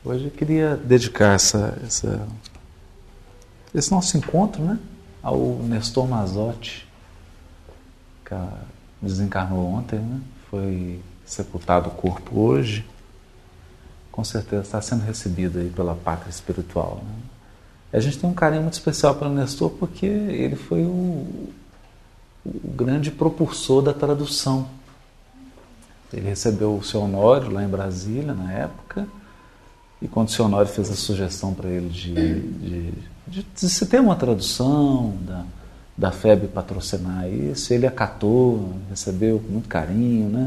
Hoje eu queria dedicar esse nosso encontro, né, ao Nestor Mazotti, que desencarnou ontem, né, foi sepultado o corpo hoje. Com certeza está sendo recebido aí pela pátria espiritual, né? A gente tem um carinho muito especial pelo Nestor porque ele foi o grande propulsor da tradução. Ele recebeu o seu Honório lá em Brasília, na época, e quando o seu Honório fez a sugestão para ele de se ter uma tradução, da FEB patrocinar isso, ele acatou, recebeu com muito carinho, né?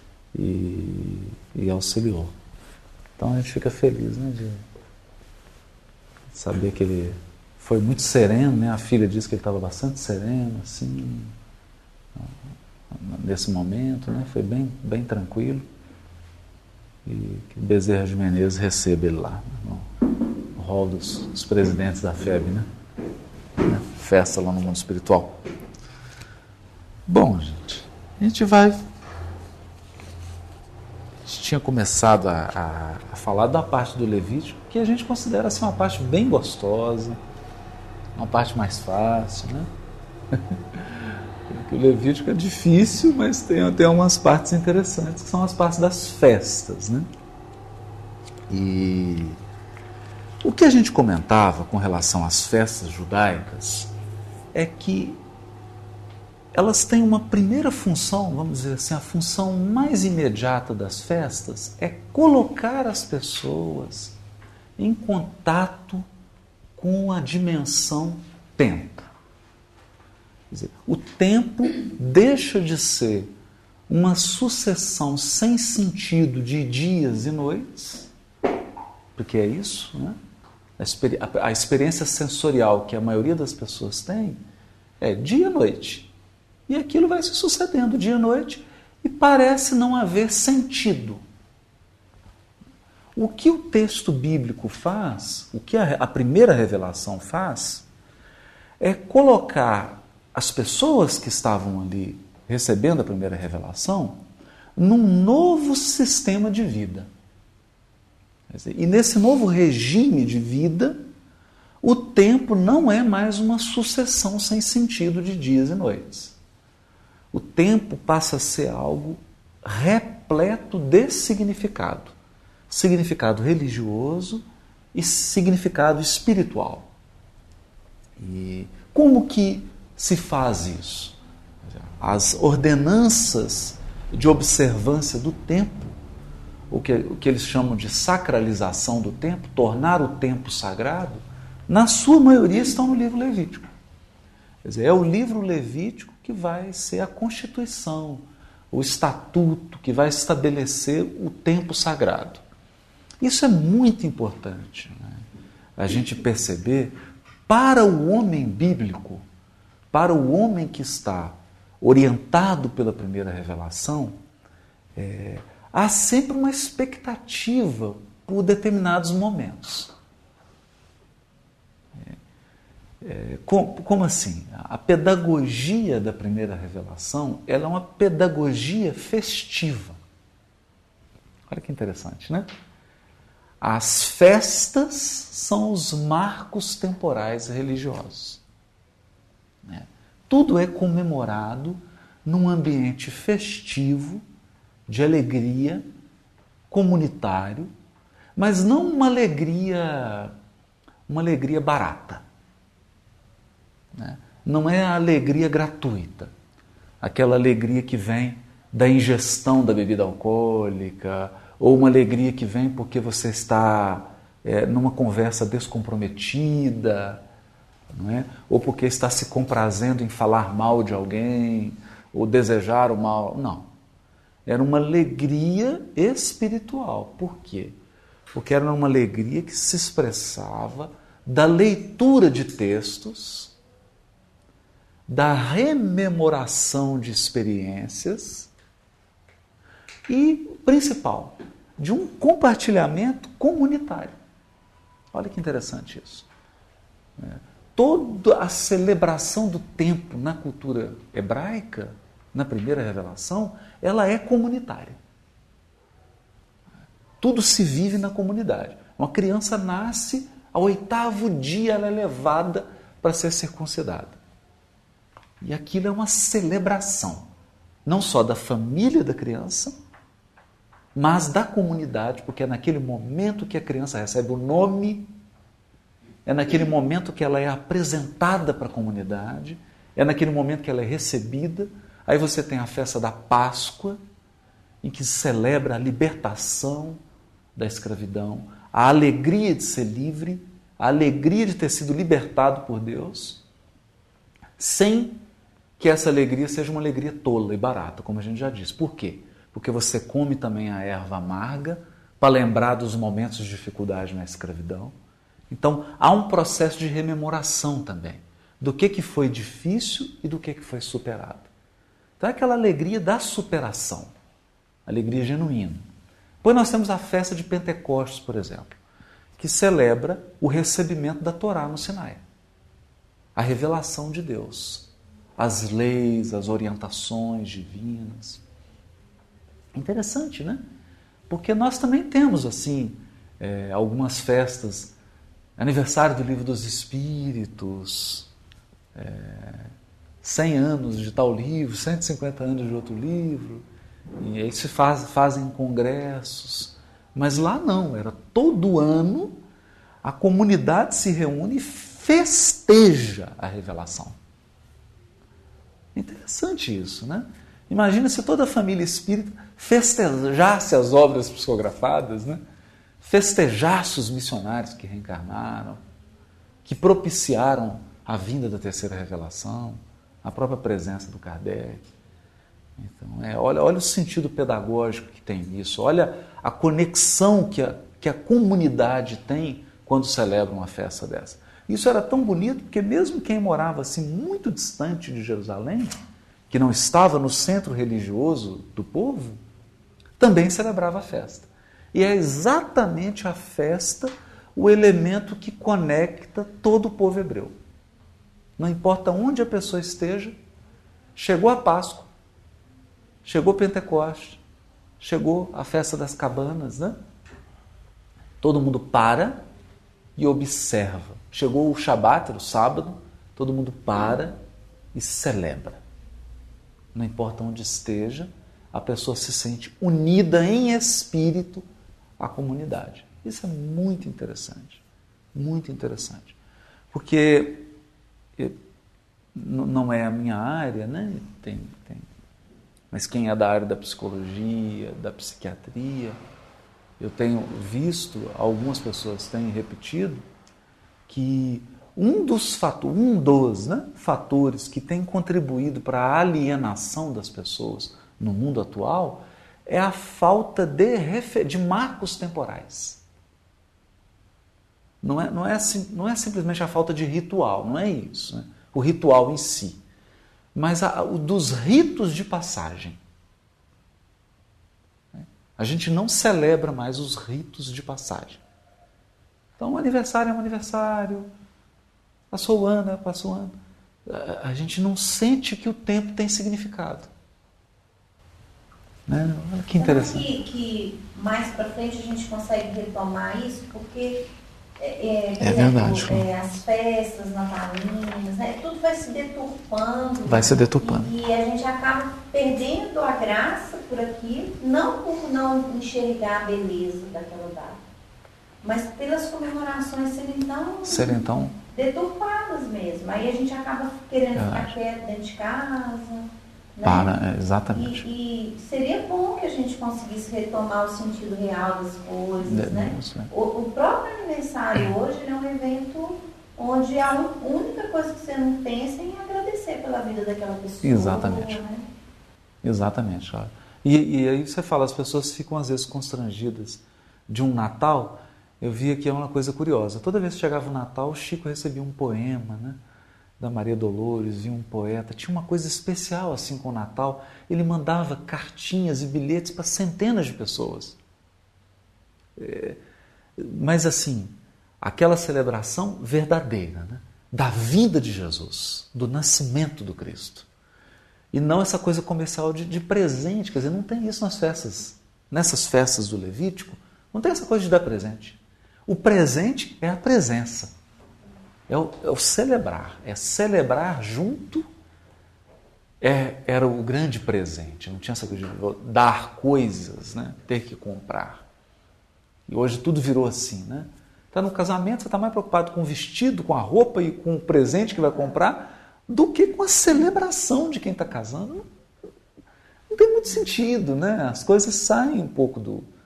E auxiliou. Então a gente fica feliz, né, de saber que ele foi muito sereno, né? A filha disse que ele estava bastante sereno, assim, nesse momento, né? Foi bem tranquilo. E que Bezerra de Menezes receba ele lá, no hall dos presidentes da FEB, né? Festa lá no mundo espiritual. Bom, gente, a gente tinha começado a falar da parte do Levítico, que a gente considera assim, uma parte bem gostosa, uma parte mais fácil, né? Porque o Levítico é difícil, mas tem umas partes interessantes, que são as partes das festas, né? E o que a gente comentava com relação às festas judaicas é que elas têm uma primeira função, vamos dizer assim, a função mais imediata das festas é colocar as pessoas em contato com a dimensão tempo. Quer dizer, o tempo deixa de ser uma sucessão sem sentido de dias e noites, porque é isso, né? A experiência sensorial que a maioria das pessoas tem é dia e noite. E aquilo vai se sucedendo dia e noite e parece não haver sentido. O que o texto bíblico faz, o que a primeira revelação faz, é colocar as pessoas que estavam ali recebendo a primeira revelação num novo sistema de vida. Quer dizer, e nesse novo regime de vida, o tempo não é mais uma sucessão sem sentido de dias e noites. O tempo passa a ser algo repleto de significado. Significado religioso e significado espiritual. E como que se faz isso? As ordenanças de observância do tempo, o que eles chamam de sacralização do tempo, tornar o tempo sagrado, na sua maioria estão no livro Levítico. Quer dizer, é o livro Levítico que vai ser a constituição, o estatuto que vai estabelecer o tempo sagrado. Isso é muito importante, né? A gente perceber, para o homem bíblico, para o homem que está orientado pela primeira revelação, há sempre uma expectativa por determinados momentos. Como assim? A pedagogia da primeira revelação, ela é uma pedagogia festiva. Olha que interessante, né? As festas são os marcos temporais religiosos. Tudo é comemorado num ambiente festivo, de alegria, comunitário, mas não uma alegria barata. Não é a alegria gratuita, aquela alegria que vem da ingestão da bebida alcoólica, ou uma alegria que vem porque você está numa conversa descomprometida, não é? Ou porque está se comprazendo em falar mal de alguém, ou desejar o mal. Não. Era uma alegria espiritual. Por quê? Porque era uma alegria que se expressava da leitura de textos, da rememoração de experiências e, principal, de um compartilhamento comunitário. Olha que interessante isso. Toda a celebração do tempo na cultura hebraica, na primeira revelação, ela é comunitária. Tudo se vive na comunidade. Uma criança nasce, ao 8º dia ela é levada para ser circuncidada. E aquilo é uma celebração, não só da família da criança, mas da comunidade, porque é naquele momento que a criança recebe o nome, é naquele momento que ela é apresentada para a comunidade, é naquele momento que ela é recebida. Aí você tem a festa da Páscoa, em que se celebra a libertação da escravidão, a alegria de ser livre, a alegria de ter sido libertado por Deus, sem que essa alegria seja uma alegria tola e barata, como a gente já disse. Por quê? Porque você come também a erva amarga para lembrar dos momentos de dificuldade na escravidão. Então, há um processo de rememoração também, do que foi difícil e do que foi superado. Então, é aquela alegria da superação, alegria genuína. Depois nós temos a festa de Pentecostes, por exemplo, que celebra o recebimento da Torá no Sinai, a revelação de Deus, as leis, as orientações divinas. Interessante, né? Porque nós também temos, assim, algumas festas, aniversário do Livro dos Espíritos, 100 anos de tal livro, 150 anos de outro livro, e aí se fazem congressos. Mas lá não, era todo ano a comunidade se reúne e festeja a revelação. Interessante isso, né? Imagina se toda a família espírita festejasse as obras psicografadas, né? Festejasse os missionários que reencarnaram, que propiciaram a vinda da terceira revelação, a própria presença do Kardec. Então, olha o sentido pedagógico que tem nisso, olha a conexão que a comunidade tem quando celebra uma festa dessa. Isso era tão bonito porque mesmo quem morava assim muito distante de Jerusalém, que não estava no centro religioso do povo, também celebrava a festa. E é exatamente a festa o elemento que conecta todo o povo hebreu. Não importa onde a pessoa esteja, chegou a Páscoa, chegou Pentecostes, chegou a festa das cabanas, né? Todo mundo para e observa. Chegou o Shabat, o sábado, todo mundo para e celebra. Não importa onde esteja, a pessoa se sente unida em espírito à comunidade. Isso é muito interessante, porque não é a minha área, né? Mas quem é da área da psicologia, da psiquiatria, eu tenho visto, algumas pessoas têm repetido, que um dos fatores que tem contribuído para a alienação das pessoas no mundo atual é a falta de marcos temporais. Não é simplesmente a falta de ritual, não é isso, né? O ritual em si, mas dos ritos de passagem. A gente não celebra mais os ritos de passagem. Então, o aniversário é um aniversário, passou o ano, passou o ano. A gente não sente que o tempo tem significado. Né? Olha que interessante. Que mais para frente a gente consegue retomar isso, porque verdade. As festas natalinas, né? Tudo vai se deturpando. Vai se deturpando. E a gente acaba perdendo a graça por aquilo, não por não enxergar a beleza daquela data, mas pelas comemorações serem tão deturpadas mesmo. Aí a gente acaba querendo ficar quieto dentro de casa. Né? Exatamente. E seria bom que a gente conseguisse retomar o sentido real das coisas, né? O próprio aniversário hoje é um evento onde a única coisa que você não pensa é em agradecer pela vida daquela pessoa. Exatamente. Né? Exatamente. E aí você fala, as pessoas ficam às vezes constrangidas de um Natal. Eu via que é uma coisa curiosa. Toda vez que chegava o Natal, o Chico recebia um poema, né? Da Maria Dolores, vinha um poeta, tinha uma coisa especial assim com o Natal, ele mandava cartinhas e bilhetes para centenas de pessoas. Mas assim, aquela celebração verdadeira, né? Da vinda de Jesus, do nascimento do Cristo. E não essa coisa comercial de presente, quer dizer, não tem isso nas festas. Nessas festas do Levítico, Não tem essa coisa de dar presente. O presente é a presença. É o celebrar. É celebrar junto. Era o grande presente. Não tinha essa coisa de dar coisas, né? Ter que comprar. E hoje tudo virou assim, né? Está no casamento, você está mais preocupado com o vestido, com a roupa e com o presente que vai comprar do que com a celebração de quem está casando. Não tem muito sentido, né? As coisas saem um pouco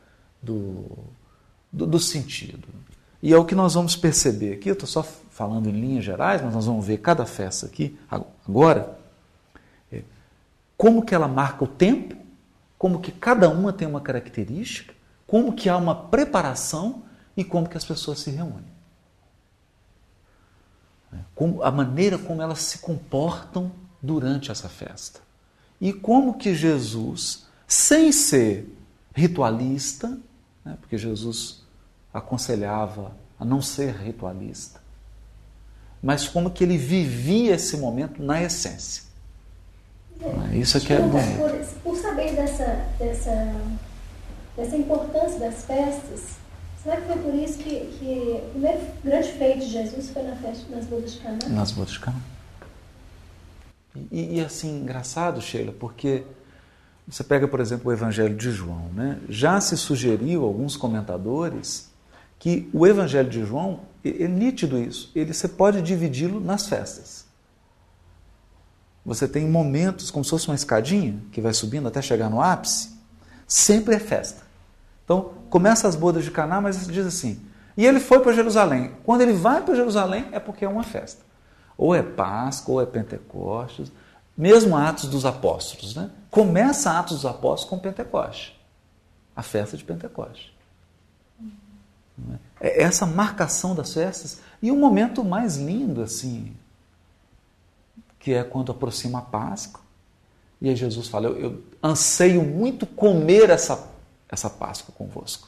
do sentido. E é o que nós vamos perceber aqui. Eu estou só falando em linhas gerais, mas nós vamos ver cada festa aqui agora. Como que ela marca o tempo, como que cada uma tem uma característica, como que há uma preparação e como que as pessoas se reúnem. A maneira como elas se comportam durante essa festa. E como que Jesus, sem ser ritualista, né, porque Jesus aconselhava a não ser ritualista, mas como que ele vivia esse momento na essência. Isso aqui é bonito. Por saber dessa importância das festas, será que foi por isso que o primeiro grande feito de Jesus foi nas bodas de Caná? Nas bodas de Caná. E assim, engraçado, Sheila, porque você pega, por exemplo, o Evangelho de João, né? Já se sugeriu, alguns comentadores, que o Evangelho de João, é nítido isso, você pode dividi-lo nas festas. Você tem momentos, como se fosse uma escadinha, que vai subindo até chegar no ápice, sempre é festa. Então, começa as bodas de Caná, mas diz assim, e ele foi para Jerusalém. Quando ele vai para Jerusalém, é porque é uma festa. Ou é Páscoa, ou é Pentecostes, mesmo Atos dos Apóstolos, né? Começa Atos dos Apóstolos com Pentecoste, a festa de Pentecoste. É essa marcação das festas, e o momento mais lindo, assim, que é quando aproxima a Páscoa, e aí Jesus fala, eu anseio muito comer essa Páscoa convosco.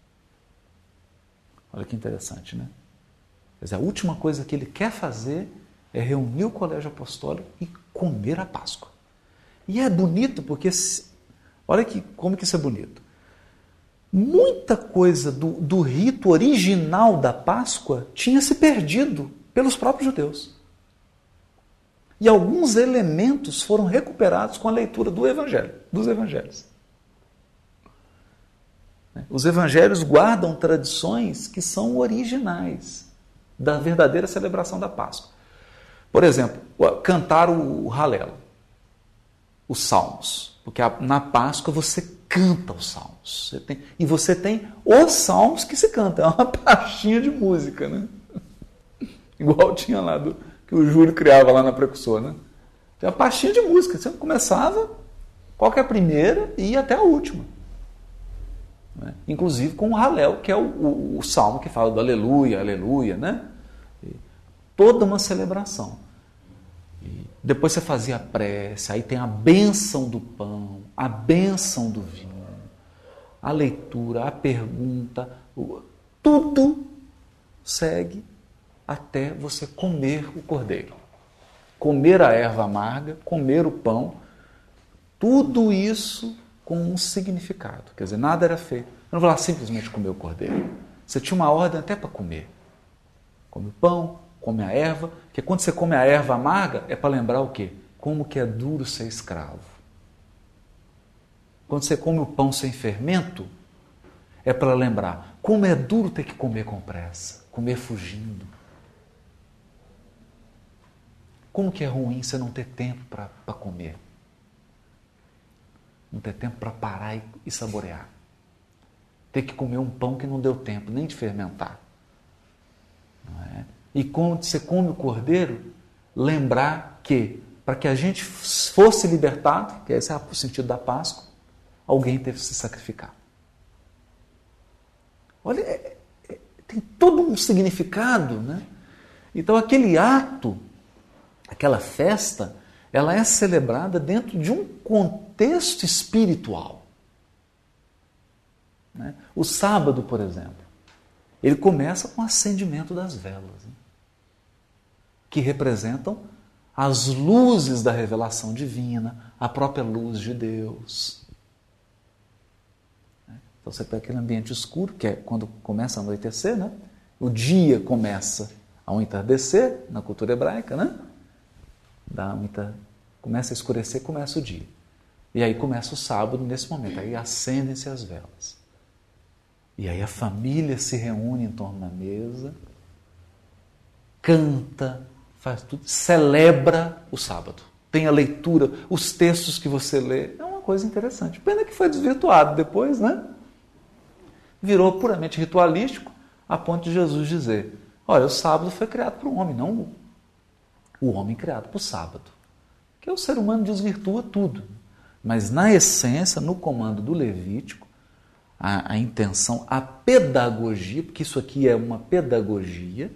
Olha que interessante, né? Quer dizer, a última coisa que ele quer fazer é reunir o colégio apostólico e comer a Páscoa. E é bonito porque, olha como que isso é bonito. Muita coisa do rito original da Páscoa tinha se perdido pelos próprios judeus. E alguns elementos foram recuperados com a leitura dos evangelhos. Os evangelhos guardam tradições que são originais da verdadeira celebração da Páscoa. Por exemplo, cantar o Halel, os salmos. Porque na Páscoa você canta os salmos. E você tem os salmos que se cantam. É uma pastinha de música, né? Igual tinha lá que o Júlio criava lá na Precursor, né? Tinha uma pastinha de música. Você começava, qual que é a primeira, e ia até a última. Né? Inclusive com o Halel, que é o salmo que fala do aleluia, aleluia, né? Toda uma celebração. E depois você fazia a prece, aí tem a bênção do pão, a bênção do vinho, a leitura, a pergunta, tudo segue até você comer o cordeiro. Comer a erva amarga, comer o pão, tudo isso com um significado. Quer dizer, nada era feito. Eu não vou lá simplesmente comer o cordeiro. Você tinha uma ordem até para comer. Come o pão, come a erva, que quando você come a erva amarga, é para lembrar o quê? Como que é duro ser escravo. Quando você come o pão sem fermento, é para lembrar como é duro ter que comer com pressa, comer fugindo. Como que é ruim você não ter tempo para comer. Não ter tempo para parar e saborear. Ter que comer um pão que não deu tempo nem de fermentar. Não é? E quando você come o cordeiro, lembrar que, para que a gente fosse libertado, que esse é o sentido da Páscoa, alguém teve que se sacrificar. Olha, tem todo um significado, né? Então aquele ato, aquela festa, ela é celebrada dentro de um contexto espiritual. Né? O sábado, por exemplo, ele começa com o acendimento das velas, né? Que representam as luzes da revelação divina, a própria luz de Deus. Então você pega aquele ambiente escuro, que é quando começa a anoitecer, né? O dia começa ao entardecer, na cultura hebraica, né? Começa a escurecer, começa o dia. E aí começa o sábado nesse momento, aí acendem-se as velas. E aí a família se reúne em torno da mesa, canta, faz tudo, celebra o sábado. Tem a leitura, os textos que você lê, é uma coisa interessante. Pena que foi desvirtuado depois, né? Virou puramente ritualístico, a ponto de Jesus dizer, olha, o sábado foi criado para o homem, não o homem criado para o sábado. Porque o ser humano desvirtua tudo. Mas na essência, no comando do Levítico, a intenção, a pedagogia, porque isso aqui é uma pedagogia,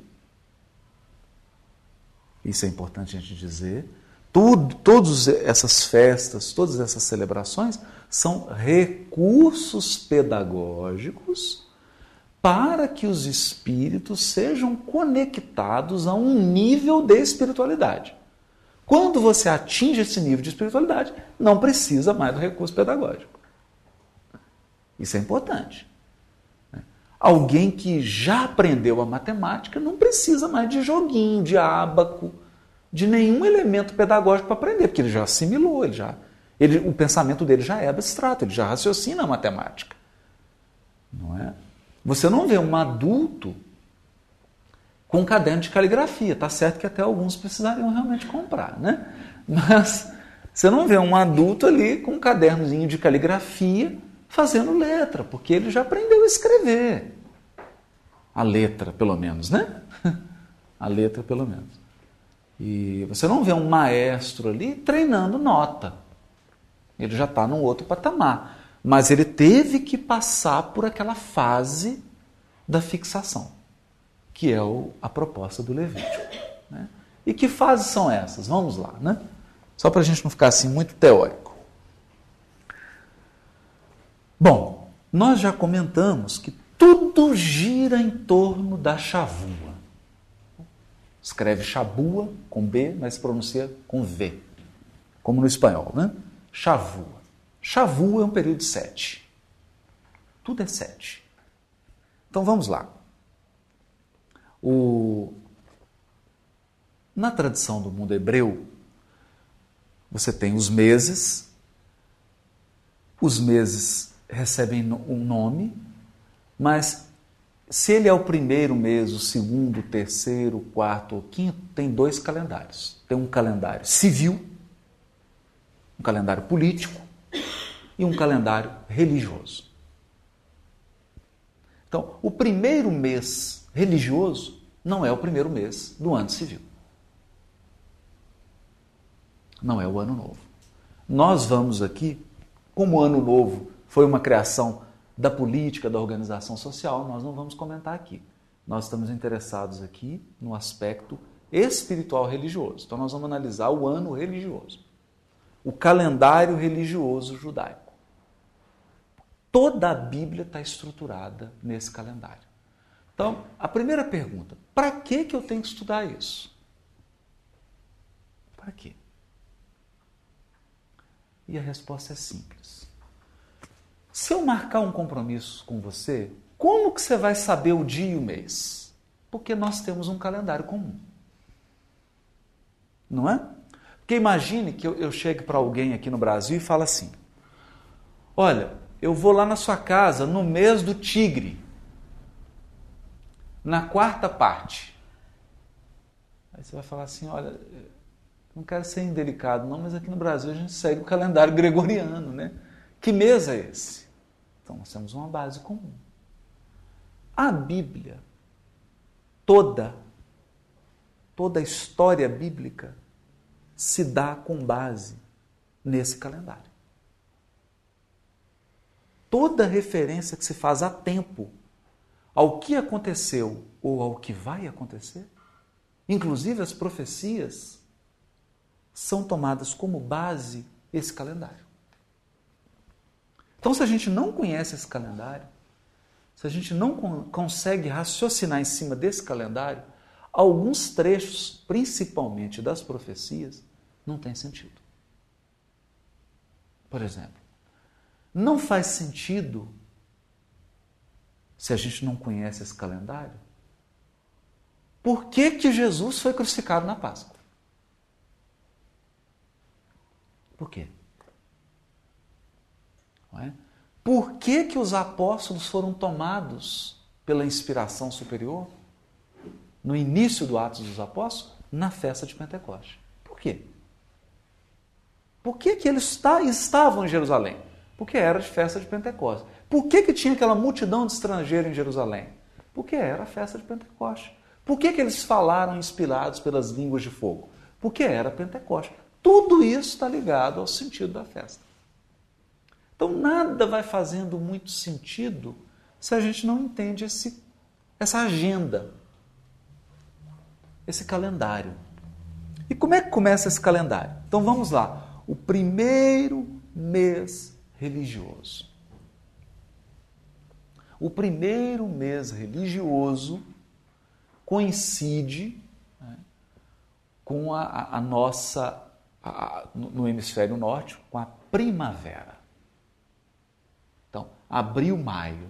isso é importante a gente dizer, todas essas festas, todas essas celebrações são recursos pedagógicos para que os espíritos sejam conectados a um nível de espiritualidade. Quando você atinge esse nível de espiritualidade, não precisa mais do recurso pedagógico. Isso é importante. Alguém que já aprendeu a matemática não precisa mais de joguinho, de ábaco, de nenhum elemento pedagógico para aprender, porque ele já assimilou, o pensamento dele já é abstrato, ele já raciocina a matemática. Não é? Você não vê um adulto com um caderno de caligrafia. Está certo que até alguns precisariam realmente comprar, né? Mas você não vê um adulto ali com um cadernozinho de caligrafia fazendo letra, porque ele já aprendeu a escrever. A letra, pelo menos, né? A letra, pelo menos. E você não vê um maestro ali treinando nota. Ele já está num outro patamar. Mas ele teve que passar por aquela fase da fixação, que é a proposta do Levítico. Né? E que fases são essas? Vamos lá, né? Só para a gente não ficar assim muito teórico. Bom, nós já comentamos que tudo gira em torno da chavua. Escreve chabua com B, mas se pronuncia com V, como no espanhol, né? Chavua. Chavua é um período de 7. Tudo é 7. Então vamos lá. Na tradição do mundo hebreu, você tem os meses recebem um nome, mas se ele é o primeiro mês, o segundo, o terceiro, o quarto ou quinto, tem 2 calendários. Tem um calendário civil, um calendário político e um calendário religioso. Então, o primeiro mês religioso não é o primeiro mês do ano civil. Não é o ano novo. Nós vamos aqui, como o ano novo foi uma criação da política, da organização social, nós não vamos comentar aqui. Nós estamos interessados aqui no aspecto espiritual religioso. Então nós vamos analisar o ano religioso, o calendário religioso judaico. Toda a Bíblia está estruturada nesse calendário. Então, a primeira pergunta, para que eu tenho que estudar isso? Para quê? E a resposta é simples. Se eu marcar um compromisso com você, como que você vai saber o dia e o mês? Porque nós temos um calendário comum. Não é? Porque imagine que eu chegue para alguém aqui no Brasil e fale assim, olha, eu vou lá na sua casa no mês do tigre, na 4ª parte. Aí você vai falar assim, olha, não quero ser indelicado não, mas aqui no Brasil a gente segue o calendário gregoriano, né? Que mês é esse? Então nós temos uma base comum. A Bíblia, toda a história bíblica se dá com base nesse calendário. Toda referência que se faz a tempo ao que aconteceu ou ao que vai acontecer, inclusive as profecias, são tomadas como base esse calendário. Então, se a gente não conhece esse calendário, se a gente não consegue raciocinar em cima desse calendário, alguns trechos, principalmente das profecias, não têm sentido. Por exemplo, não faz sentido se a gente não conhece esse calendário? Por que que Jesus foi crucificado na Páscoa? Por quê? Não é? Por que que os apóstolos foram tomados pela inspiração superior no início do Atos dos Apóstolos, na festa de Pentecostes? Por quê? Por que que eles estavam em Jerusalém? Porque era de festa de Pentecostes. Por que que tinha aquela multidão de estrangeiros em Jerusalém? Porque era a festa de Pentecostes. Por que que eles falaram inspirados pelas línguas de fogo? Porque era Pentecostes. Tudo isso está ligado ao sentido da festa. Então nada vai fazendo muito sentido se a gente não entende essa agenda, esse calendário. E como é que começa esse calendário? Então vamos lá. O primeiro mês religioso. O primeiro mês religioso coincide, né, com a nossa, no hemisfério norte, com a primavera. Então, abril, maio.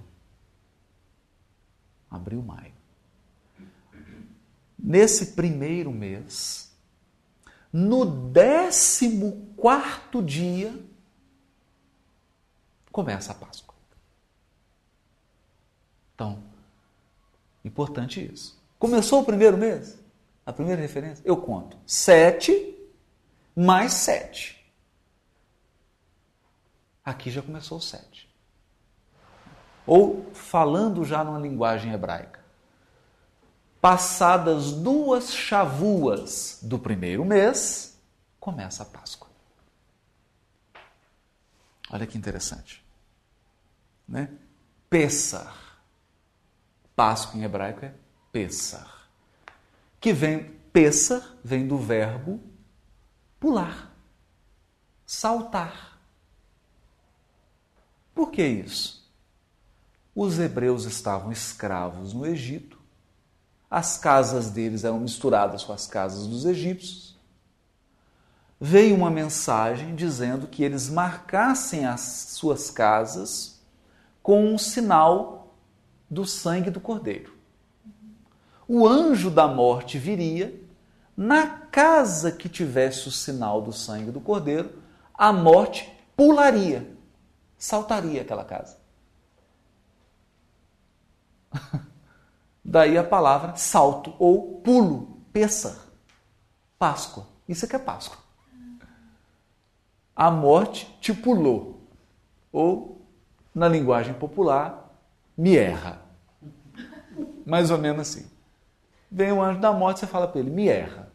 Abril, maio. Nesse primeiro mês, no 14º dia, começa a Páscoa. Então, importante isso. Começou o primeiro mês? A primeira referência? Eu conto. 7 mais 7. Aqui já começou o 7. Ou, falando já numa linguagem hebraica, passadas 2 shavuas do primeiro mês, começa a Páscoa. Olha que interessante. Né? Pessar. Páscoa em hebraico é Pessar. Pessar vem do verbo pular, saltar. Por que isso? Os hebreus estavam escravos no Egito, as casas deles eram misturadas com as casas dos egípcios. Veio uma mensagem dizendo que eles marcassem as suas casas com um sinal do sangue do Cordeiro. O anjo da morte viria, na casa que tivesse o sinal do sangue do Cordeiro, a morte pularia, saltaria aquela casa. Daí a palavra salto ou pulo, Pessar, Páscoa. Isso aqui é Páscoa. A morte te pulou. Ou, na linguagem popular, me erra. Mais ou menos assim. Vem o anjo da morte, você fala para ele, me erra.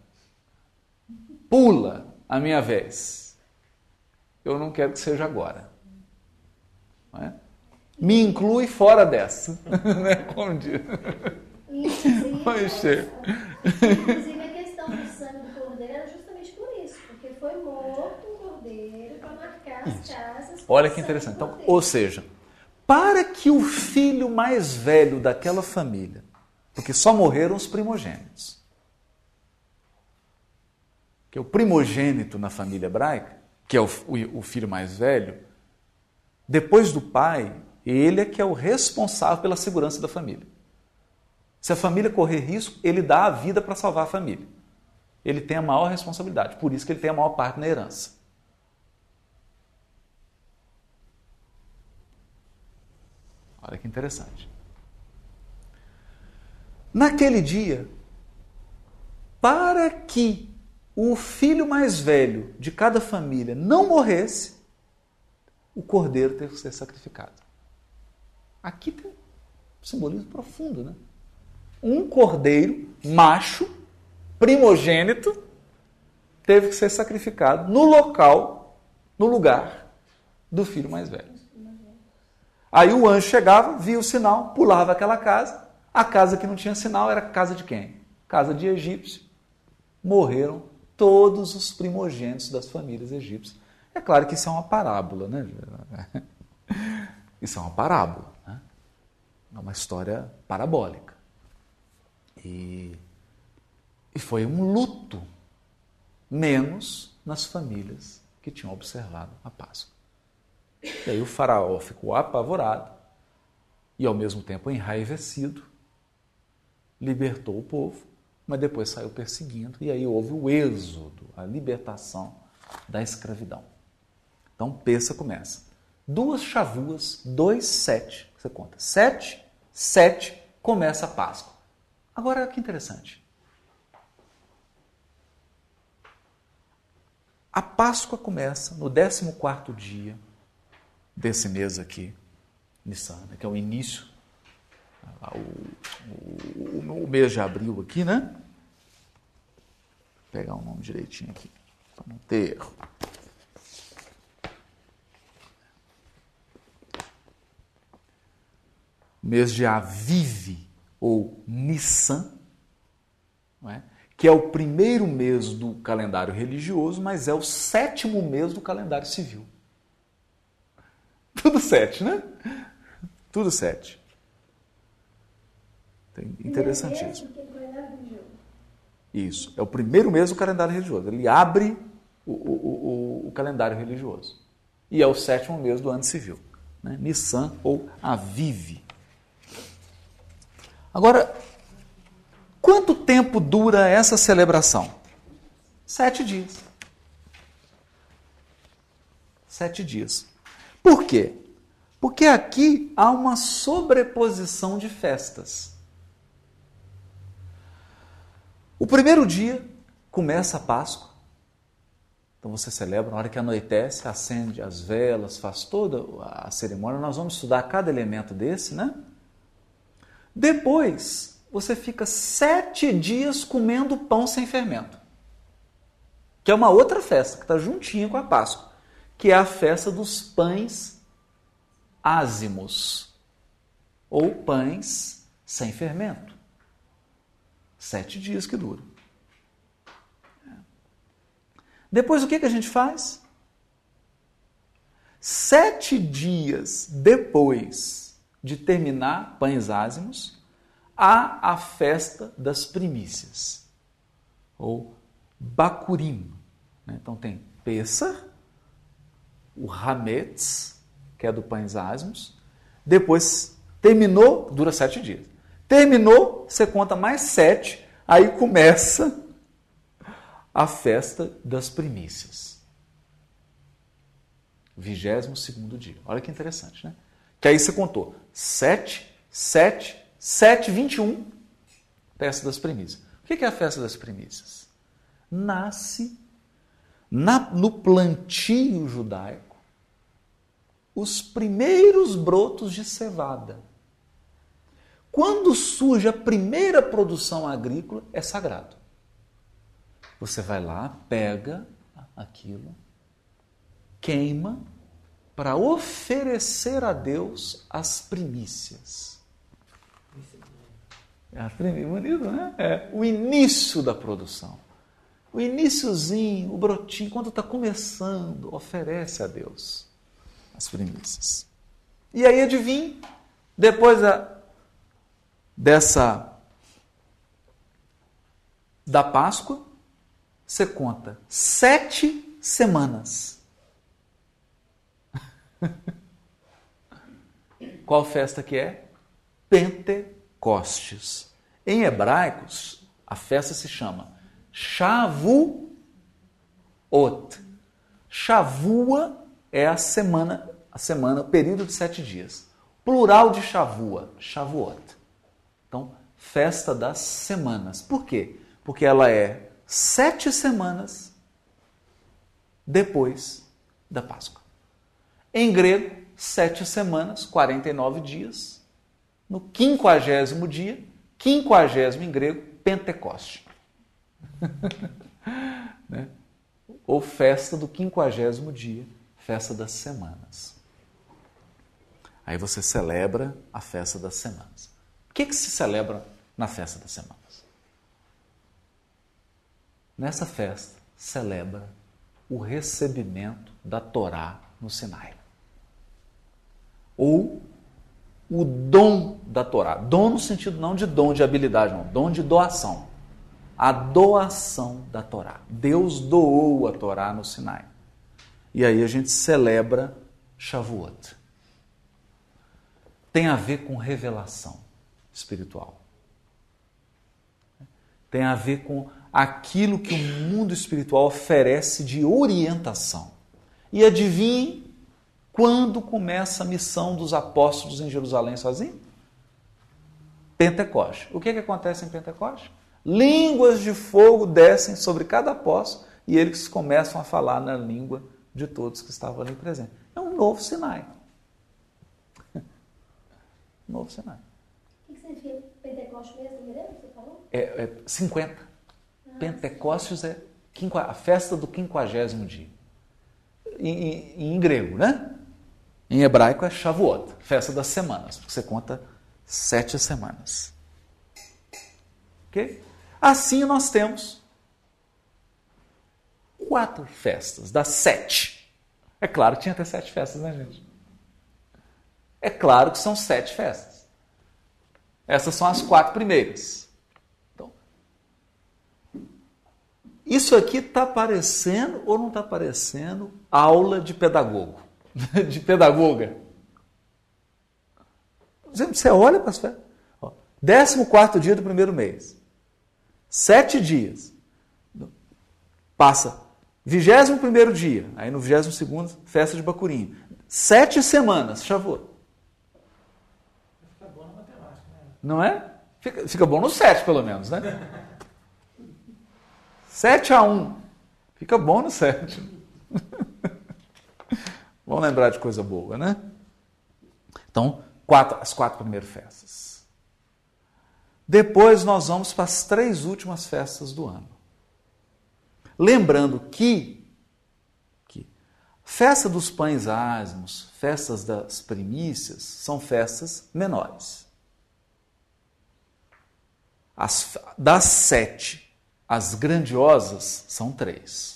Pula a minha vez. Eu não quero que seja agora. Não é? Me inclui fora dessa. Né? Como diz. Inclusive a questão do sangue do Cordeiro era justamente por isso, porque foi morto o Cordeiro para marcar as casas. Olha que interessante. Então, ou seja, para que o filho mais velho daquela família, porque só morreram os primogênitos, que é o primogênito na família hebraica, que é o filho mais velho, depois do pai, ele é que é o responsável pela segurança da família. Se a família correr risco, ele dá a vida para salvar a família. Ele tem a maior responsabilidade, por isso que ele tem a maior parte na herança. Olha que interessante. Naquele dia, para que o filho mais velho de cada família não morresse, o cordeiro teve que ser sacrificado. Aqui tem um simbolismo profundo, né? Um cordeiro macho, primogênito, teve que ser sacrificado no local, no lugar do filho mais velho. Aí o anjo chegava, via o sinal, pulava aquela casa. A casa que não tinha sinal era casa de quem? Casa de egípcio. Morreram todos os primogênitos das famílias egípcias. É claro que isso é uma parábola, né? Isso é uma parábola, né? É uma história parabólica. E foi um luto, menos nas famílias que tinham observado a Páscoa. E aí o faraó ficou apavorado, e ao mesmo tempo enraivecido, libertou o povo, mas depois saiu perseguindo, e aí houve o êxodo, a libertação da escravidão. Então, Pêssah começa. 2 Shavuas, 2, 7, você conta. 7, 7, começa a Páscoa. Agora, que interessante. A Páscoa começa no 14º dia desse mês aqui, Nissan, que é o início, o mês de abril aqui, né? Vou pegar o nome direitinho aqui, para não ter erro. Mês de Aviv, ou Nissan, não é? Que é o primeiro mês do calendário religioso, mas é o 7º mês do calendário civil. Tudo 7, né? Tudo 7. Interessantíssimo. Isso, é o primeiro mês do calendário religioso. Ele abre o calendário religioso. E é o 7º mês do ano civil. Né? Nissan ou Aviv. Agora, quanto tempo dura essa celebração? 7 dias. 7 dias. Por quê? Porque aqui há uma sobreposição de festas. O primeiro dia começa a Páscoa. Então você celebra, na hora que anoitece, acende as velas, faz toda a cerimônia. Nós vamos estudar cada elemento desse, né? Depois, você fica 7 dias comendo pão sem fermento. Que é uma outra festa, que está juntinha com a Páscoa. Que é a festa dos pães ázimos. Ou pães sem fermento. 7 dias que dura. Depois, o que a gente faz? 7 dias depois de terminar pães ázimos, há a festa das primícias, ou Bacurim. Então tem Pêssah, o Hametz, que é do pães ázimos, depois terminou, dura 7 dias. Terminou, você conta mais 7, aí começa a festa das primícias. 22º dia. Olha que interessante, né? Que aí você contou 7, 7, 7, 21, festa das primícias. O que é a festa das primícias? Nasce no plantio judaico os primeiros brotos de cevada. Quando surge a primeira produção agrícola, é sagrado. Você vai lá, pega aquilo, queima, para oferecer a Deus as primícias. Bonito, né? É o início da produção. O iniciozinho, o brotinho, quando está começando, oferece a Deus as primícias. E aí, adivinha, depois da Páscoa, você conta 7 semanas. Qual festa que é? Pentecostes. Em hebraicos, a festa se chama Shavuot. Shavua é a semana, o período de 7 dias. Plural de Shavua, Shavuot. Então, festa das semanas. Por quê? Porque ela é 7 semanas depois da Páscoa. Em grego, 7 semanas, 49 dias. No 50º dia, 50º em grego, Pentecoste. Né? Ou festa do 50º dia, festa das semanas. Aí você celebra a festa das semanas. O que se celebra na festa das semanas? Nessa festa, celebra o recebimento da Torá no Sinai. Ou o dom da Torá. Dom no sentido não de dom de habilidade, não. Dom de doação. A doação da Torá. Deus doou a Torá no Sinai. E aí a gente celebra Shavuot. tem a ver com revelação espiritual. Tem a ver com aquilo que o mundo espiritual oferece de orientação. E adivinhe quando começa a missão dos apóstolos em Jerusalém sozinho? Pentecoste. O que acontece em Pentecoste? Línguas de fogo descem sobre cada apóstolo e eles começam a falar na língua de todos que estavam ali presentes. É um novo Sinai. Novo Sinai. O que significa Pentecoste mesmo? Me lembra que você falou? 50. Pentecostes é a festa do 50º dia. Em grego, né? Em hebraico é Shavuot, festa das semanas, porque você conta 7 semanas. Ok? Assim nós temos 4 festas das 7. É claro que tinha até 7 festas, né, gente? É claro que são 7 festas. Essas são as 4 primeiras. Então, isso aqui está parecendo ou não está parecendo aula de pedagogo? De pedagoga? Você olha para as festas. 14º dia do primeiro mês. 7 dias. Passa 21º dia. Aí no 22º, festa de Bacurim. 7 semanas, Shavuot. Fica bom na matemática, né? Não é? Fica bom no 7, pelo menos, né? 7-1. Fica bom no 7. Vamos lembrar de coisa boa, né? Então, as 4 primeiras festas. Depois nós vamos para as 3 últimas festas do ano. Lembrando que festa dos pães ázimos, festas das primícias, são festas menores. Das 7, as grandiosas são 3.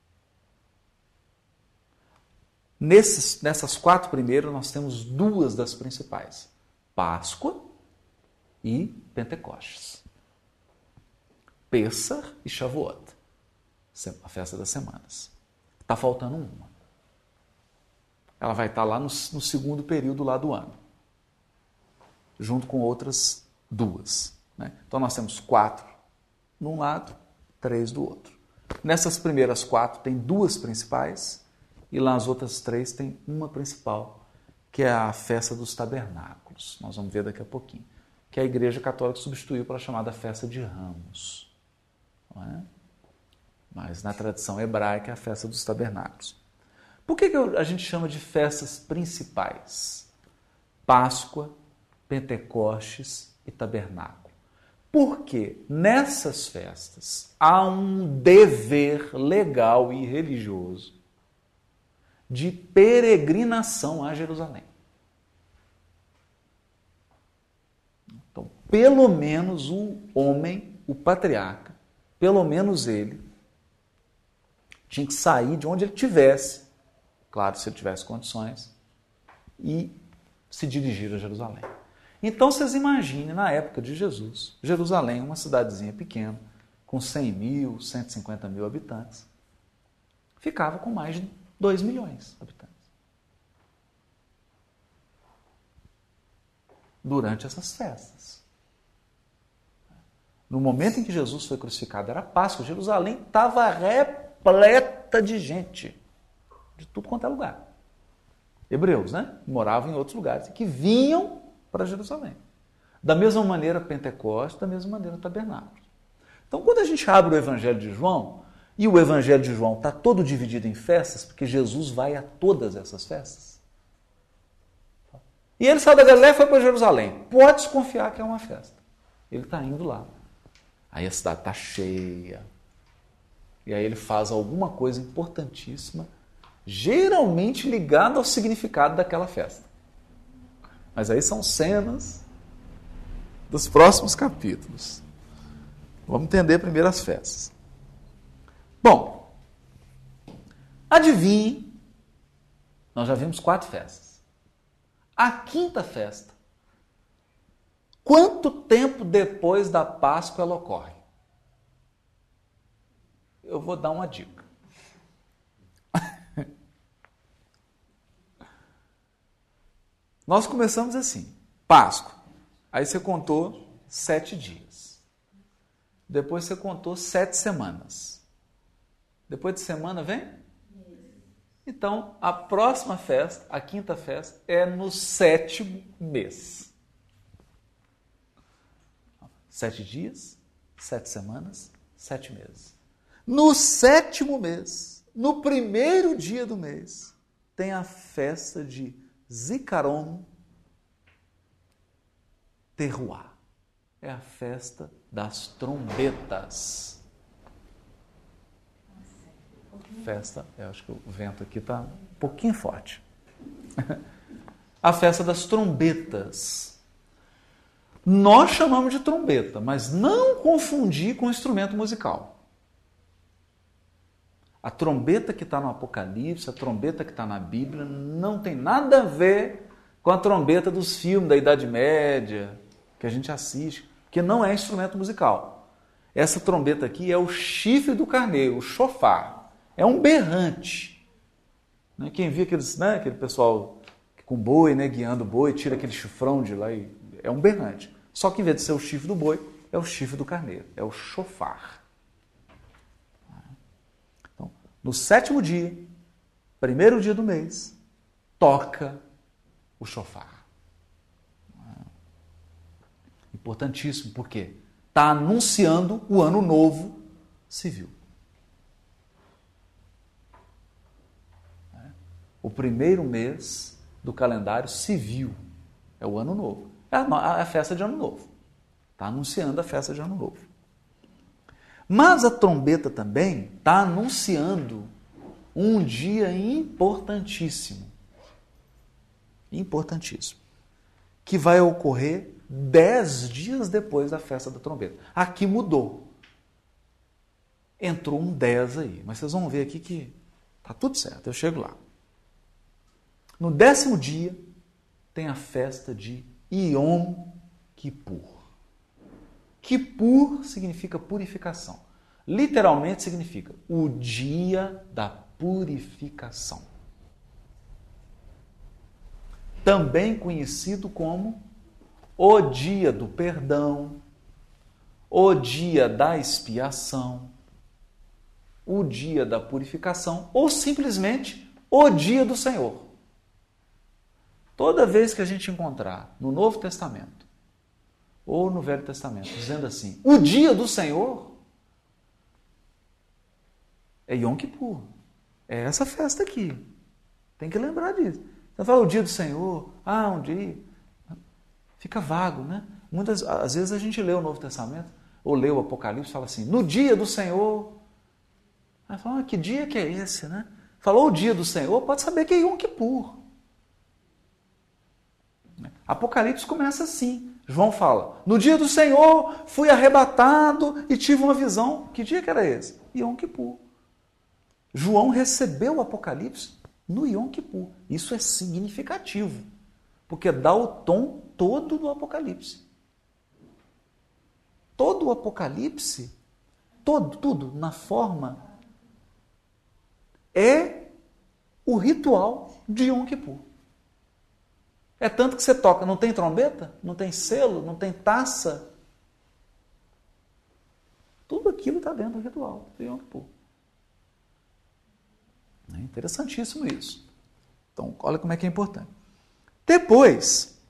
Nessas 4 primeiras, nós temos 2 das principais. Páscoa e Pentecostes. Pêssar e Shavuot. A festa das semanas. Está faltando uma. Ela vai estar lá no segundo período lá do ano. Junto com outras 2. Né? Então nós temos 4 de um lado, 3 do outro. Nessas primeiras 4 tem 2 principais. E lá as outras 3 tem uma principal, que é a festa dos tabernáculos. Nós vamos ver daqui a pouquinho. Que a Igreja Católica substituiu pela chamada festa de Ramos. Não é? Mas na tradição hebraica é a festa dos tabernáculos. Por que a gente chama de festas principais? Páscoa, Pentecostes e tabernáculo. Porque nessas festas há um dever legal e religioso de peregrinação a Jerusalém. Então, pelo menos o homem, o patriarca, pelo menos ele, tinha que sair de onde ele estivesse, claro, se ele tivesse condições, e se dirigir a Jerusalém. Então, vocês imaginem, na época de Jesus, Jerusalém, uma cidadezinha pequena, com 100 mil, 150 mil habitantes, ficava com mais de 2 milhões de habitantes. Durante essas festas. No momento em que Jesus foi crucificado, era Páscoa, Jerusalém estava repleta de gente, de tudo quanto é lugar. Hebreus, né? Moravam em outros lugares, que vinham para Jerusalém. Da mesma maneira Pentecostes, da mesma maneira Tabernáculo. Então, quando a gente abre o Evangelho de João, e o Evangelho de João está todo dividido em festas, porque Jesus vai a todas essas festas. E ele saiu da Galileia e foi para Jerusalém. Pode desconfiar que é uma festa. Ele está indo lá. Aí a cidade está cheia. E aí ele faz alguma coisa importantíssima, geralmente ligada ao significado daquela festa. Mas aí são cenas dos próximos capítulos. Vamos entender primeiro as festas. Bom, adivinhe, nós já vimos 4 festas. A 5ª festa, quanto tempo depois da Páscoa ela ocorre? Eu vou dar uma dica. Nós começamos assim, Páscoa. Aí você contou 7 dias. Depois você contou 7 semanas. Depois de semana vem? Então, a próxima festa, a quinta festa, é no 7º mês. 7 dias, 7 semanas, 7 meses. No 7º mês, no primeiro dia do mês, tem a festa de Zikaron Teruah. É a festa das trombetas. Festa, eu acho que o vento aqui está um pouquinho forte. A festa das trombetas. Nós chamamos de trombeta, mas não confundir com instrumento musical. A trombeta que está no Apocalipse, a trombeta que está na Bíblia, não tem nada a ver com a trombeta dos filmes da Idade Média, que a gente assiste, que não é instrumento musical. Essa trombeta aqui é o chifre do carneiro, o shofar. É um berrante. Quem via aquele pessoal com boi, guiando o boi, tira aquele chifrão de lá, e é um berrante. Só que em vez de ser o chifre do boi, é o chifre do carneiro, é o shofar. Então, no 7º dia, primeiro dia do mês, toca o shofar. Importantíssimo, porque está anunciando o ano novo civil. O primeiro mês do calendário civil é o ano novo. É a festa de ano novo. Está anunciando a festa de ano novo. Mas a trombeta também está anunciando um dia importantíssimo. Importantíssimo. Que vai ocorrer 10 dias depois da festa da trombeta. Aqui mudou. Entrou um 10 aí. Mas vocês vão ver aqui que está tudo certo. Eu chego lá. No 10º dia, tem a festa de Yom Kippur. Kippur significa purificação. Literalmente significa o dia da purificação. Também conhecido como o dia do perdão, o dia da expiação, o dia da purificação ou simplesmente o dia do Senhor. Toda vez que a gente encontrar no Novo Testamento ou no Velho Testamento dizendo assim, o dia do Senhor, é Yom Kippur. É essa festa aqui. Tem que lembrar disso. Você fala o dia do Senhor, um dia. Fica vago, né? Às vezes a gente lê o Novo Testamento ou lê o Apocalipse e fala assim, no dia do Senhor. Aí fala, que dia que é esse, né? Falou o dia do Senhor, pode saber que é Yom Kippur. Apocalipse começa assim. João fala, no dia do Senhor fui arrebatado e tive uma visão. Que dia que era esse? Yom Kippur. João recebeu o Apocalipse no Yom Kippur. Isso é significativo, porque dá o tom todo do Apocalipse. Todo o Apocalipse, tudo na forma, é o ritual de Yom Kippur. É tanto que você toca, não tem trombeta, não tem selo, não tem taça. Tudo aquilo está dentro do ritual do Yom Kippur. É interessantíssimo isso. Então, olha como é que é importante. Depois,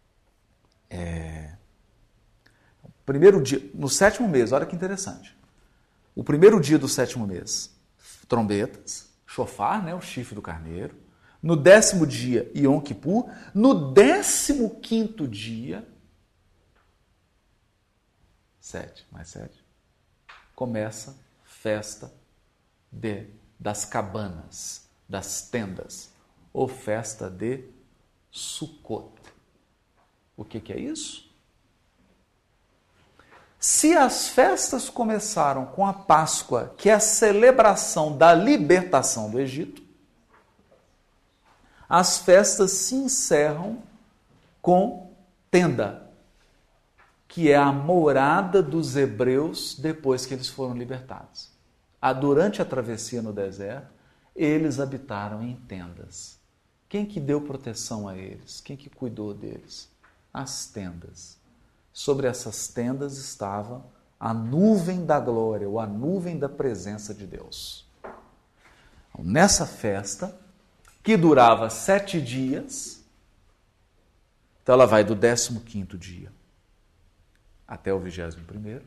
primeiro dia, no 7º mês, olha que interessante. O primeiro dia do 7º mês, trombetas, shofar, o chifre do carneiro. No 10º dia, Yom Kippur. No 15º dia, 7, mais 7, começa a festa das cabanas, das tendas, ou festa de Sukkot. O que é isso? Se as festas começaram com a Páscoa, que é a celebração da libertação do Egito, as festas se encerram com tenda, que é a morada dos hebreus depois que eles foram libertados. Durante a travessia no deserto, eles habitaram em tendas. Quem que deu proteção a eles? Quem que cuidou deles? as tendas. Sobre essas tendas estava a nuvem da glória, ou a nuvem da presença de Deus. Nessa festa, que durava 7 dias, então ela vai do 15º dia até o 21º.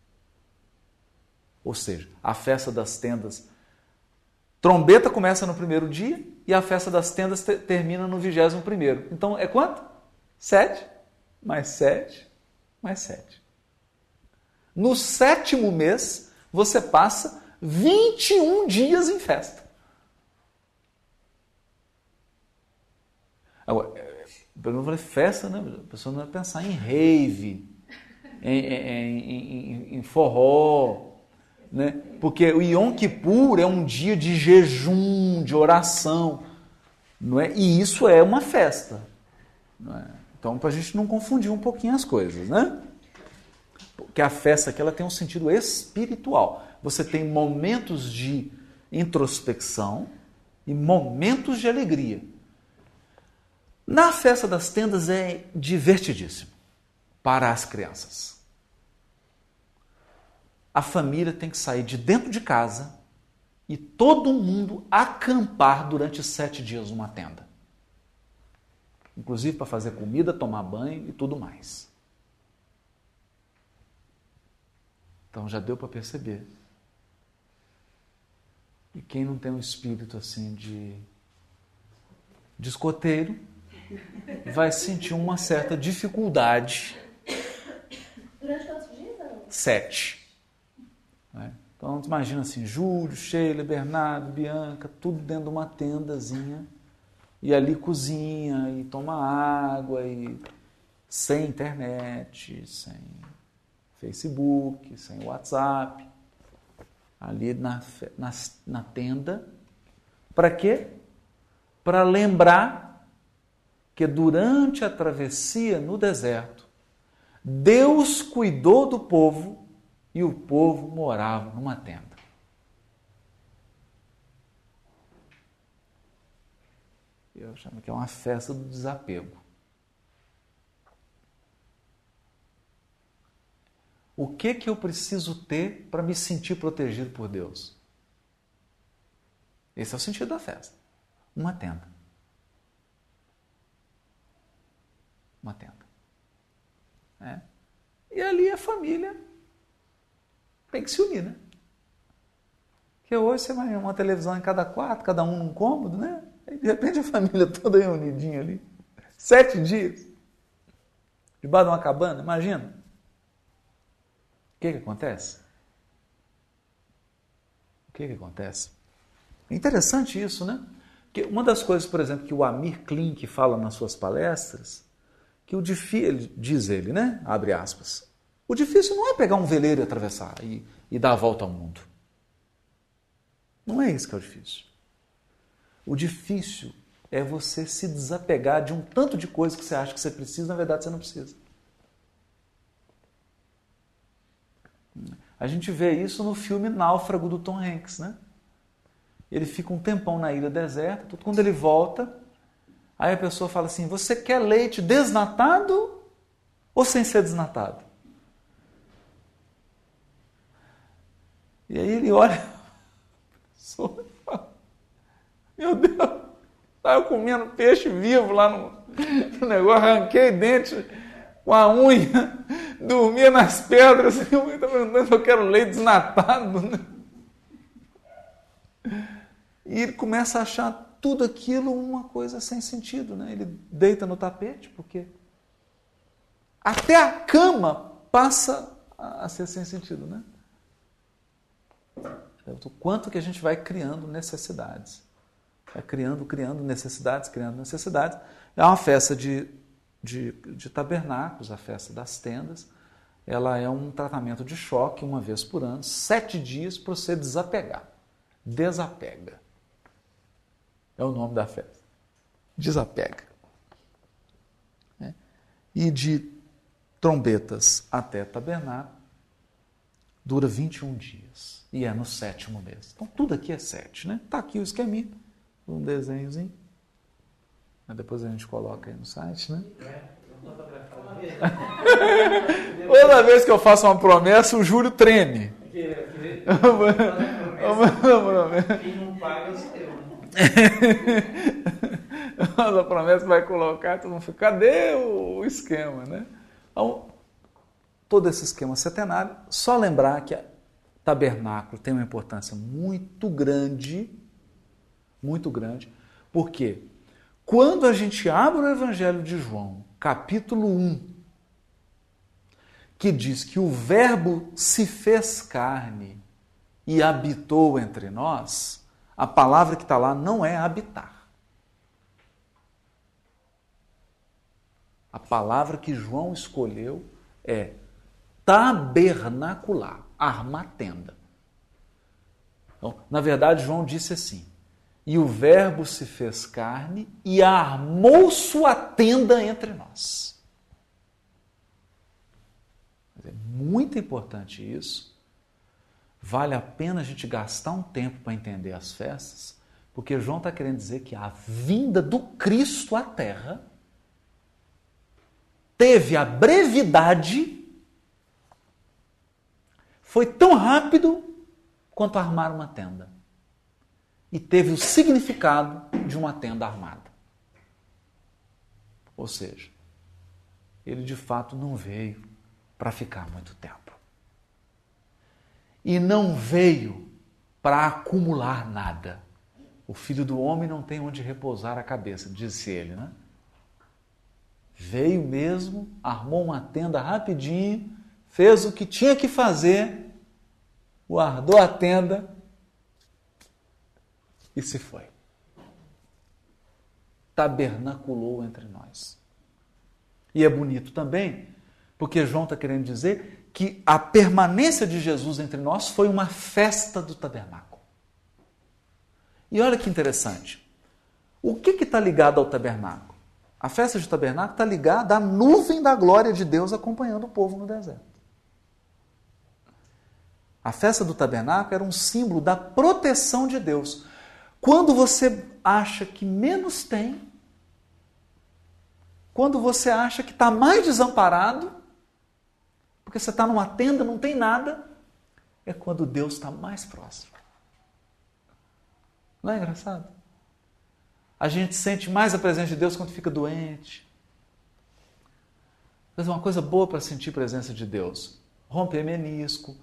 Ou seja, a festa das tendas, trombeta começa no primeiro dia e a festa das tendas termina no 21º. Então é quanto? 7, mais 7, mais 7. No 7º mês, você passa 21 dias em festa. Agora, eu falei festa, né? A pessoa não vai pensar em rave, em forró, né? Porque o Yom Kippur é um dia de jejum, de oração, não é? E isso é uma festa, não é? Então, para a gente não confundir um pouquinho as coisas, né? Porque a festa aqui ela tem um sentido espiritual. Você tem momentos de introspecção e momentos de alegria. Na festa das tendas é divertidíssimo para as crianças. A família tem que sair de dentro de casa e todo mundo acampar durante 7 dias numa tenda. Inclusive para fazer comida, tomar banho e tudo mais. Então já deu para perceber. E quem não tem um espírito assim de escoteiro, vai sentir uma certa dificuldade. Durante quantos dias? 7. Né? Então, imagina assim, Júlio, Sheila, Bernardo, Bianca, tudo dentro de uma tendazinha, e ali cozinha, e toma água, e sem internet, sem Facebook, sem WhatsApp, ali na tenda. Para quê? Para lembrar que durante a travessia no deserto, Deus cuidou do povo e o povo morava numa tenda. Eu chamo que é uma festa do desapego. O que eu preciso ter para me sentir protegido por Deus? Esse é o sentido da festa. Uma tenda. Uma tenda. É. E ali a família tem que se unir, né? Porque hoje você vai uma televisão em cada quarto, cada um num cômodo, né? E de repente a família toda reunidinha ali. 7 dias. Debaixo de uma cabana, imagina. O que acontece? O que acontece? É interessante isso, né? Porque uma das coisas, por exemplo, que o Amir Klink fala nas suas palestras, que o difícil, diz ele, né? Abre aspas. O difícil não é pegar um veleiro e atravessar e dar a volta ao mundo. Não é isso que é o difícil. O difícil é você se desapegar de um tanto de coisa que você acha que você precisa, na verdade você não precisa. A gente vê isso no filme Náufrago do Tom Hanks, né? Ele fica um tempão na ilha deserta, quando ele volta, aí a pessoa fala assim, você quer leite desnatado ou sem ser desnatado? E aí ele olha, meu Deus, estava comendo peixe vivo lá no negócio, arranquei dente com a unha, dormia nas pedras, eu estava perguntando se eu quero leite desnatado, né? E ele começa a achar tudo aquilo uma coisa sem sentido, né? Ele deita no tapete, porque até a cama passa a ser sem sentido, né? O quanto que a gente vai criando necessidades. Vai criando necessidades, criando necessidades. É uma festa de tabernáculos, a festa das tendas. Ela é um tratamento de choque uma vez por ano, 7 dias para você desapegar. Desapega. É o nome da festa. Desapega. E de trombetas até tabernáculo, dura 21 dias. E é no 7º mês. Então tudo aqui é 7, né? Está aqui o esqueminha, um desenhozinho. Depois a gente coloca aí no site, né? Toda vez que eu faço uma promessa, o Júlio treme. Quem não paga é seu. Mas a promessa vai colocar, todo mundo fica, cadê o esquema, né? Então, todo esse esquema setenário, só lembrar que tabernáculo tem uma importância muito grande, porque quando a gente abre o Evangelho de João, capítulo 1, que diz que o Verbo se fez carne e habitou entre nós, a palavra que está lá não é habitar. A palavra que João escolheu é tabernacular, armar tenda. Então, na verdade, João disse assim, e o Verbo se fez carne e armou sua tenda entre nós. É muito importante isso. Vale a pena a gente gastar um tempo para entender as festas, porque João está querendo dizer que a vinda do Cristo à Terra teve a brevidade, foi tão rápido quanto armar uma tenda. E teve o significado de uma tenda armada. Ou seja, ele de fato não veio para ficar muito tempo. E não veio para acumular nada. O Filho do Homem não tem onde repousar a cabeça, disse ele, né? Veio mesmo, armou uma tenda rapidinho, fez o que tinha que fazer, guardou a tenda e se foi. Tabernaculou entre nós. E é bonito também, porque João está querendo dizer que a permanência de Jesus entre nós foi uma festa do tabernáculo. E olha que interessante. O que está ligado ao tabernáculo? A festa de tabernáculo está ligada à nuvem da glória de Deus acompanhando o povo no deserto. A festa do tabernáculo era um símbolo da proteção de Deus. Quando você acha que menos tem, quando você acha que está mais desamparado, porque você está numa tenda, não tem nada, é quando Deus está mais próximo. Não é engraçado? A gente sente mais a presença de Deus quando fica doente. Mas uma coisa boa para sentir a presença de Deus. Romper menisco,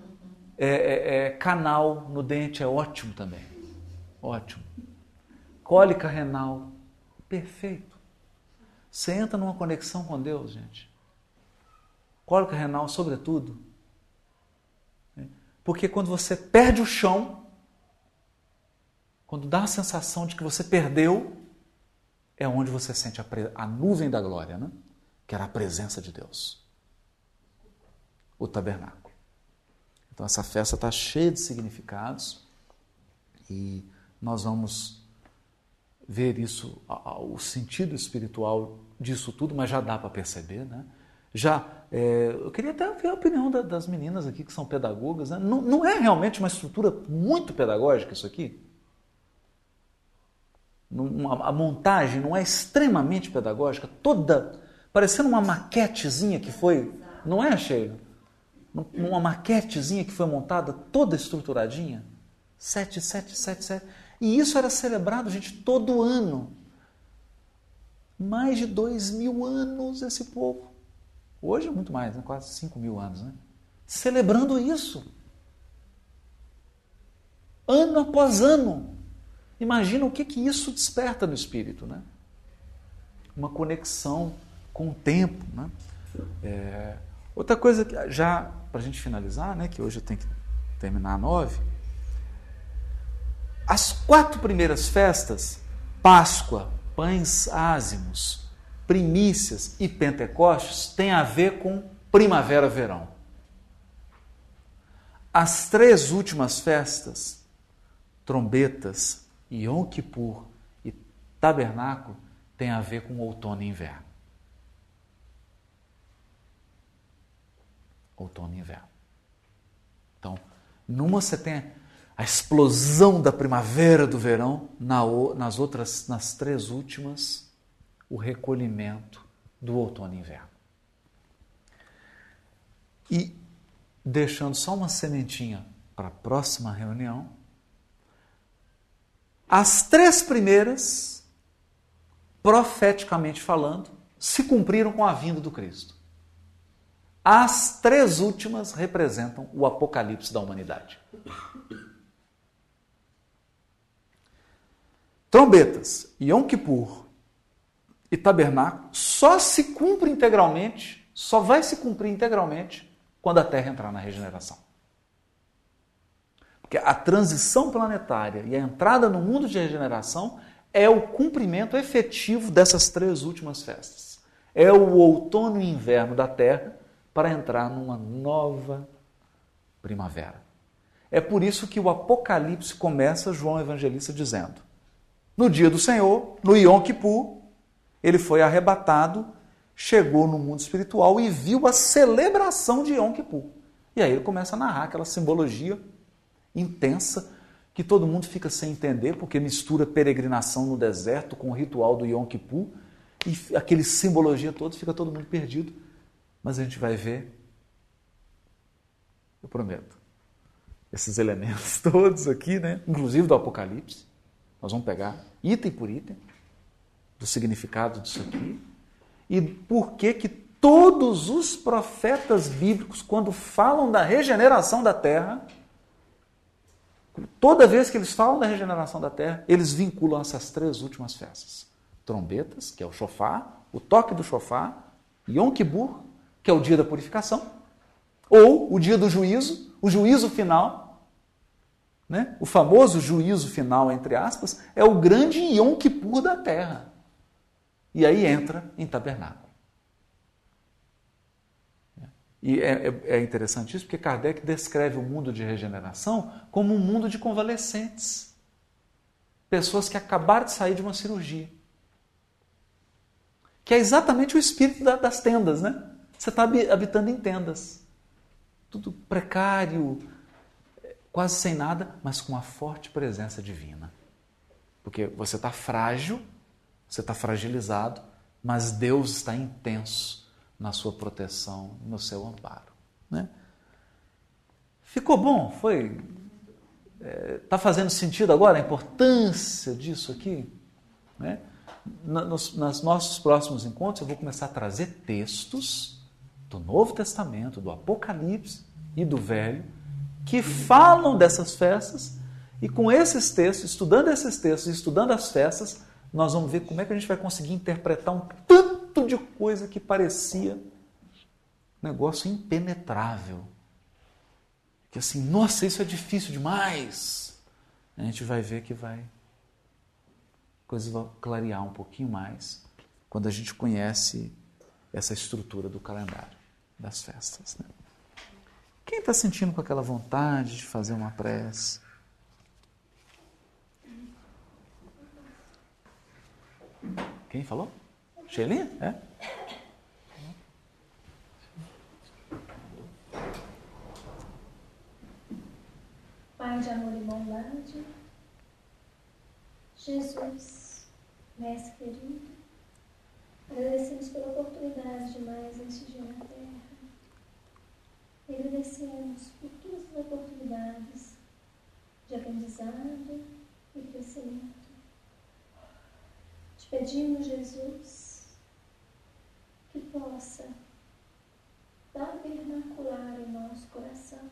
canal no dente é ótimo também. Ótimo. Cólica renal, perfeito. Você entra numa conexão com Deus, gente. Cólica renal, sobretudo. Porque quando você perde o chão, quando dá a sensação de que você perdeu, é onde você sente a nuvem da glória, né? Que era a presença de Deus. O tabernáculo. Então essa festa está cheia de significados e nós vamos ver isso, o sentido espiritual disso tudo, mas já dá para perceber, né? Eu queria até ver a opinião das meninas aqui que são pedagogas, né? Não é realmente uma estrutura muito pedagógica isso aqui? A montagem não é extremamente pedagógica, toda parecendo uma maquetezinha que foi, não é, Sheila? Uma maquetezinha que foi montada toda estruturadinha, 7, 7, 7, 7. E isso era celebrado, gente, todo ano. Mais de 2.000 anos esse povo. Hoje é muito mais, né? Quase 5.000 anos, né? Celebrando isso. Ano após ano. Imagina o que isso desperta no espírito, né? Uma conexão com o tempo, né? Outra coisa, já para a gente finalizar, né? Que hoje eu tenho que terminar 9. As 4 primeiras festas, Páscoa, Pães Ázimos, Primícias e Pentecostes, têm a ver com primavera-verão. As 3 últimas festas, Trombetas, Yom Kippur e Tabernáculo, têm a ver com outono e inverno. Outono e inverno. Então, numa você tem a explosão da primavera, do verão, nas 3 últimas, o recolhimento do outono e inverno. E deixando só uma sementinha para a próxima reunião, as 3 primeiras, profeticamente falando, se cumpriram com a vinda do Cristo. As 3 últimas representam o apocalipse da humanidade. Trombetas, Yom Kippur e tabernáculo só se cumpre integralmente, só vai se cumprir integralmente quando a Terra entrar na regeneração. Porque a transição planetária e a entrada no mundo de regeneração é o cumprimento efetivo dessas 3 últimas festas. É o outono e inverno da Terra para entrar numa nova primavera. É por isso que o Apocalipse começa João Evangelista dizendo: no dia do Senhor, no Yom Kippur, ele foi arrebatado, chegou no mundo espiritual e viu a celebração de Yom Kippur. E aí ele começa a narrar aquela simbologia intensa que todo mundo fica sem entender, porque mistura peregrinação no deserto com o ritual do Yom Kippur, e aquele simbologia toda, fica todo mundo perdido. Mas a gente vai ver, eu prometo, esses elementos todos aqui, né? Inclusive do Apocalipse, nós vamos pegar item por item do significado disso aqui, e por que todos os profetas bíblicos, quando falam da regeneração da terra, toda vez que eles falam da regeneração da terra, eles vinculam essas 3 últimas festas. Trombetas, que é o shofar, o toque do shofar, Yom Kippur, que é o dia da purificação, ou o dia do juízo, o juízo final, né? O famoso juízo final, entre aspas, é o grande Yom Kippur da terra. E aí entra em tabernáculo. E é interessante isso, porque Kardec descreve o mundo de regeneração como um mundo de convalescentes. Pessoas que acabaram de sair de uma cirurgia. Que é exatamente o espírito das tendas, né? Você está habitando em tendas. Tudo precário, quase sem nada, mas com uma forte presença divina. Porque você está frágil, você está fragilizado, mas Deus está intenso na sua proteção, no seu amparo. Né? Ficou bom? Foi? Está fazendo sentido agora a importância disso aqui? Né? Nos nossos próximos encontros eu vou começar a trazer textos do Novo Testamento, do Apocalipse e do Velho, que falam dessas festas, e com esses textos, estudando esses textos e estudando as festas, nós vamos ver como é que a gente vai conseguir interpretar um tanto de coisa que parecia um negócio impenetrável. Que assim, nossa, isso é difícil demais. A gente vai ver que coisas vão clarear um pouquinho mais quando a gente conhece essa estrutura do calendário das festas. Né? Quem está sentindo com aquela vontade de fazer uma prece? Quem falou? Sheilinha? É? Pai de amor e bondade, Jesus, Mestre querido, agradecemos pela oportunidade de mais este dia na Terra. E agradecemos por todas as oportunidades de aprendizado e crescimento. Te pedimos, Jesus, que possa tabernacular em nosso coração,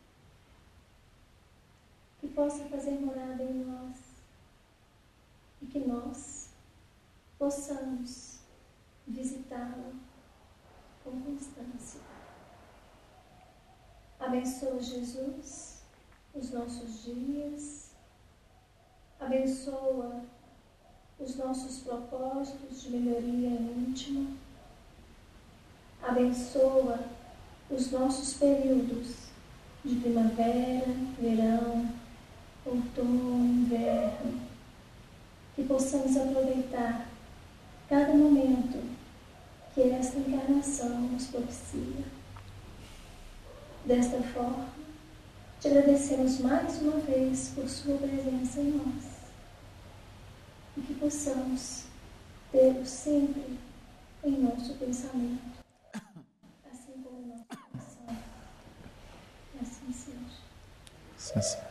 que possa fazer morada em nós e que nós possamos visitá-lo com constância. Abençoa, Jesus, os nossos dias, abençoa os nossos propósitos de melhoria íntima, abençoa os nossos períodos de primavera, verão, outono, inverno, que possamos aproveitar cada momento que esta encarnação nos propicia. Desta forma, te agradecemos mais uma vez por sua presença em nós e que possamos tê-lo sempre em nosso pensamento, assim como em nosso coração. Licença.